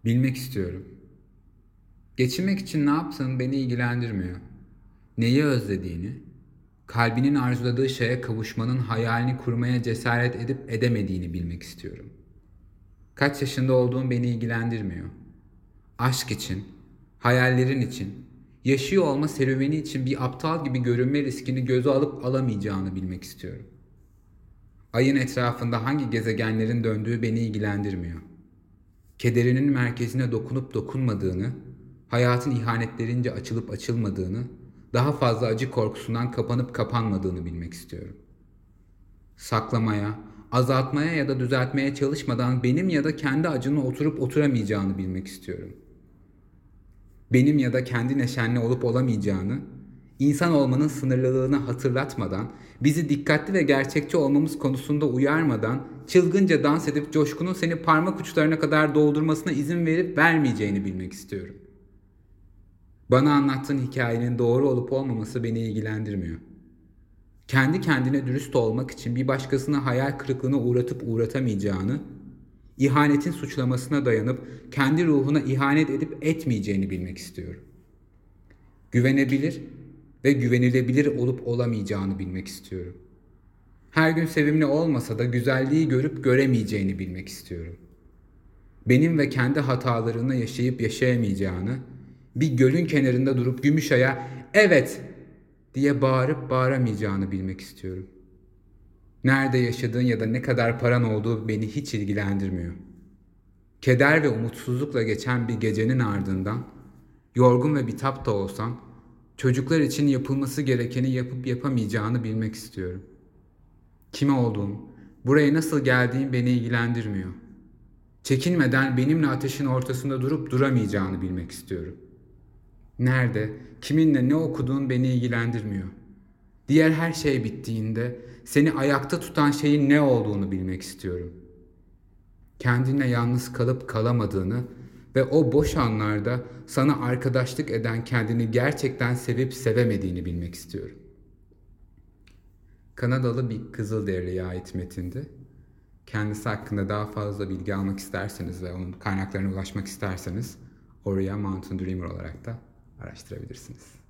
Bilmek istiyorum. Geçinmek için ne yaptığın beni ilgilendirmiyor. Neyi özlediğini, kalbinin arzuladığı şeye kavuşmanın hayalini kurmaya cesaret edip edemediğini bilmek istiyorum. Kaç yaşında olduğun beni ilgilendirmiyor. Aşk için, hayallerin için, yaşıyor olma serüveni için bir aptal gibi görünme riskini göze alıp alamayacağını bilmek istiyorum. Ayın etrafında hangi gezegenlerin döndüğü beni ilgilendirmiyor. Kederinin merkezine dokunup dokunmadığını, hayatın ihanetlerince açılıp açılmadığını, daha fazla acı korkusundan kapanıp kapanmadığını bilmek istiyorum. Saklamaya, azaltmaya ya da düzeltmeye çalışmadan benim ya da kendi acını oturup oturamayacağını bilmek istiyorum. Benim ya da kendi neşenli olup olamayacağını, insan olmanın sınırlılığını hatırlatmadan, bizi dikkatli ve gerçekçi olmamız konusunda uyarmadan, çılgınca dans edip coşkunun seni parmak uçlarına kadar doldurmasına izin verip vermeyeceğini bilmek istiyorum. Bana anlattığın hikayenin doğru olup olmaması beni ilgilendirmiyor. Kendi kendine dürüst olmak için bir başkasını hayal kırıklığına uğratıp uğratamayacağını, ihanetin suçlamasına dayanıp kendi ruhuna ihanet edip etmeyeceğini bilmek istiyorum. Güvenebilir ve güvenilebilir olup olamayacağını bilmek istiyorum. Her gün sevimli olmasa da güzelliği görüp göremeyeceğini bilmek istiyorum. Benim ve kendi hatalarını yaşayıp yaşayamayacağını, bir gölün kenarında durup Gümüşay'a "evet" diye bağırıp bağıramayacağını bilmek istiyorum. Nerede yaşadığın ya da ne kadar paran olduğu beni hiç ilgilendirmiyor. Keder ve umutsuzlukla geçen bir gecenin ardından, yorgun ve bitap da olsan, çocuklar için yapılması gerekeni yapıp yapamayacağını bilmek istiyorum. Kim olduğum, buraya nasıl geldiğim beni ilgilendirmiyor. Çekinmeden benimle ateşin ortasında durup duramayacağını bilmek istiyorum. Nerede, kiminle ne okuduğun beni ilgilendirmiyor. Diğer her şey bittiğinde seni ayakta tutan şeyin ne olduğunu bilmek istiyorum. Kendinle yalnız kalıp kalamadığını ve o boş anlarda sana arkadaşlık eden kendini gerçekten sevip sevemediğini bilmek istiyorum. Kanadalı bir Kızılderili'ye ait metindi. Kendisi hakkında daha fazla bilgi almak isterseniz ve onun kaynaklarına ulaşmak isterseniz oraya Mountain Dreamer olarak da araştırabilirsiniz.